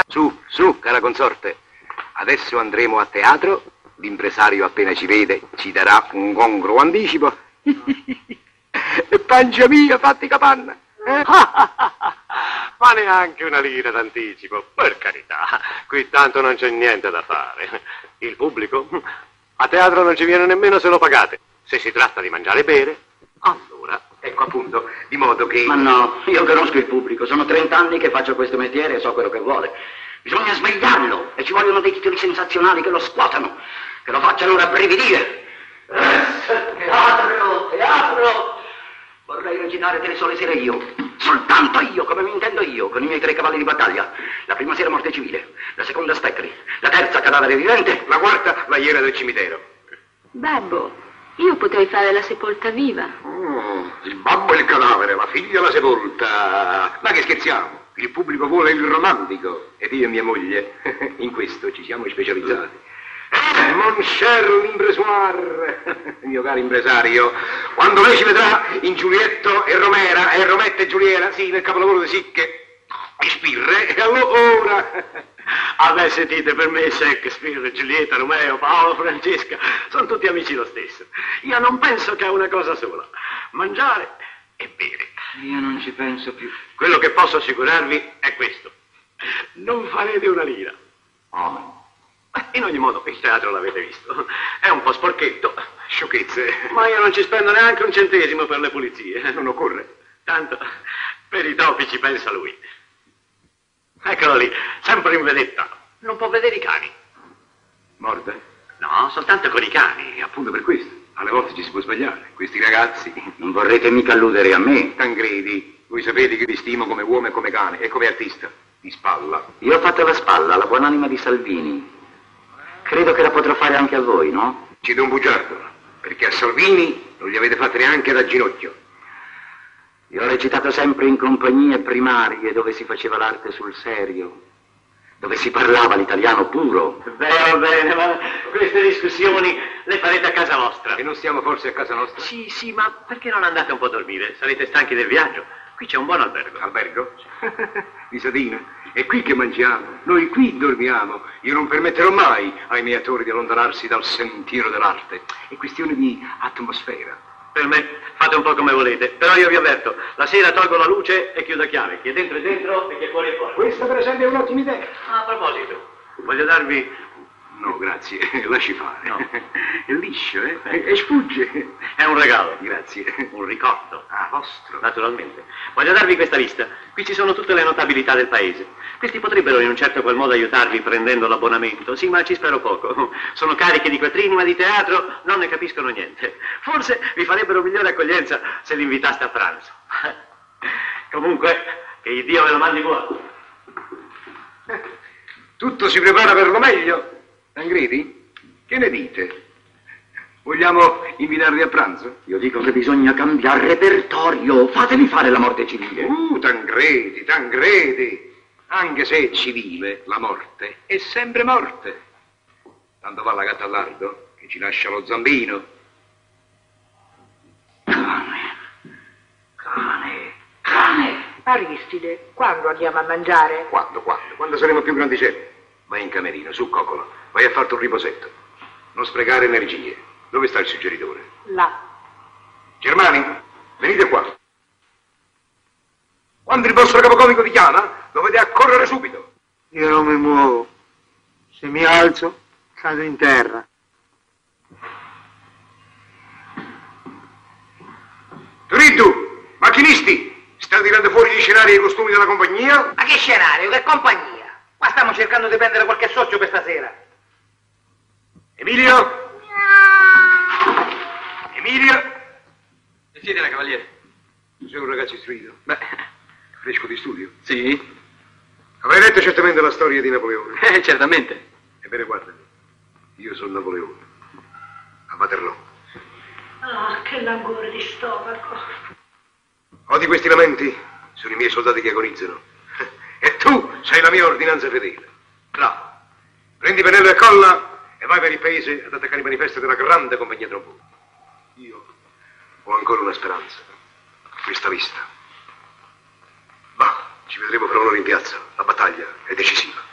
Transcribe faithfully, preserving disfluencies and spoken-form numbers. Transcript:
Su, su, cara consorte. Adesso andremo a teatro. L'impresario appena ci vede ci darà un congruo anticipo. E pancia mia, fatti capanna. Eh? Ma neanche una lira d'anticipo, per carità. Qui tanto non c'è niente da fare. Il pubblico a teatro non ci viene nemmeno se lo pagate. Se si tratta di mangiare e bere, allora... Ecco appunto, di modo che... Ma no, io conosco il pubblico, sono trent'anni che faccio questo mestiere e so quello che vuole. Bisogna svegliarlo e ci vogliono dei titoli sensazionali che lo scuotano, che lo facciano rabbrividire. Teatro, teatro! Vorrei recitare delle sole sere io, soltanto io, come mi intendo io, con i miei tre cavalli di battaglia. La prima sera morte civile, la seconda spettri, la terza cadavere vivente, la quarta la iera del cimitero. Babbo, io potrei fare la sepolta viva. Oh, il babbo e il cadavere, la figlia la sepolta. Ma che scherziamo? Il pubblico vuole il romantico. Ed io e mia moglie in questo ci siamo specializzati. Eh, mon cher l'impresoir, mio caro impresario, quando lei ci vedrà in Giulietto e Romera, e Rometta e Giuliera, sì, nel capolavoro di Sicche e Spirre, e allora... Ah beh, sentite, per me Shakespeare, Giulietta, Romeo, Paolo, Francesca, sono tutti amici lo stesso. Io non penso che a una cosa sola, mangiare e bere. Io non ci penso più. Quello che posso assicurarvi è questo. Non farete una lira. Oh. In ogni modo, il teatro l'avete visto. È un po' sporchetto. Sciocchezze. Ma io non ci spendo neanche un centesimo per le pulizie. Non occorre. Tanto, per i topi ci pensa lui. Eccolo lì, sempre in vedetta. Non può vedere i cani. Morta? No, soltanto con i cani. Appunto per questo. Alle volte ci si può sbagliare. Questi ragazzi... Non vorrete mica alludere a me? Tancredi, voi sapete che vi stimo come uomo e come cane, e come artista. Di spalla. Io ho fatto la spalla alla buonanima di Salvini. Credo che la potrò fare anche a voi, no? Ci do un bugiardo, perché a Salvini non gli avete fatto neanche da ginocchio. Io ho recitato sempre in compagnie primarie dove si faceva l'arte sul serio, dove si parlava l'italiano puro. Bene, bene, ma queste discussioni le farete a casa vostra. E non stiamo forse a casa nostra? Sì, sì, ma perché non andate un po' a dormire? Sarete stanchi del viaggio. Qui c'è un buon albergo. Albergo? Di Sadina. È qui che mangiamo, noi qui dormiamo. Io non permetterò mai ai miei attori di allontanarsi dal sentiero dell'arte. È questione di atmosfera. Per me fate un po' come volete, però io vi avverto, la sera tolgo la luce e chiudo a chiave. Chi è dentro è dentro e chi è fuori è fuori. Questa per esempio è un'ottima idea. Ah, a proposito, voglio darvi... No, grazie, lasci fare. No. È liscio, eh? E, e sfugge. È un regalo. Grazie. Un ricordo. Ah, vostro. Naturalmente. Voglio darvi questa lista. Qui ci sono tutte le notabilità del paese. Questi potrebbero in un certo qual modo aiutarvi prendendo l'abbonamento. Sì, ma ci spero poco. Sono cariche di quattrini, ma di teatro non ne capiscono niente. Forse vi farebbero migliore accoglienza se li invitaste a pranzo. Comunque, che Dio ve lo mandi buono. Tutto si prepara per lo meglio. Tancredi? Che ne dite? Vogliamo invitarvi a pranzo? Io dico che bisogna cambiare repertorio. Fatevi fare la morte civile. Uh, Tancredi, Tancredi. Anche se è civile, la morte è sempre morte. Tanto va la gatta al lardo che ci lascia lo zampino. Cane, cane, cane. Aristide, quando andiamo a mangiare? Quando, quando? Quando saremo più grandicelli. Vai in camerino, su coccolo. Vai a farti un riposetto. Non sprecare energie. Dove sta il suggeritore? Là. Germani, venite qua. Quando il vostro capocomico vi chiama, dovete accorrere subito. Io non mi muovo. Se mi alzo, cado in terra. Turiddu, macchinisti, state tirando fuori gli scenari e i costumi della compagnia? Ma che scenario, che compagnia? Qua stiamo cercando di prendere qualche socio per stasera. Emilio? Emilio? Siete, cavaliere? Tu sei un ragazzo istruito? Beh, fresco di studio? sì. Avrai letto certamente la storia di Napoleone? Eh, certamente. Ebbene, guardami. Io sono Napoleone. A Waterloo. Ah, che languore di stomaco. Odi questi lamenti? Sono i miei soldati che agonizzano. E tu sei la mia ordinanza fedele. Bravo. Prendi pennello e colla e vai per il paese ad attaccare i manifesti della grande compagnia Tromboni. Io ho ancora una speranza. Questa vista. Ma ci vedremo fra un'ora in piazza. La battaglia è decisiva.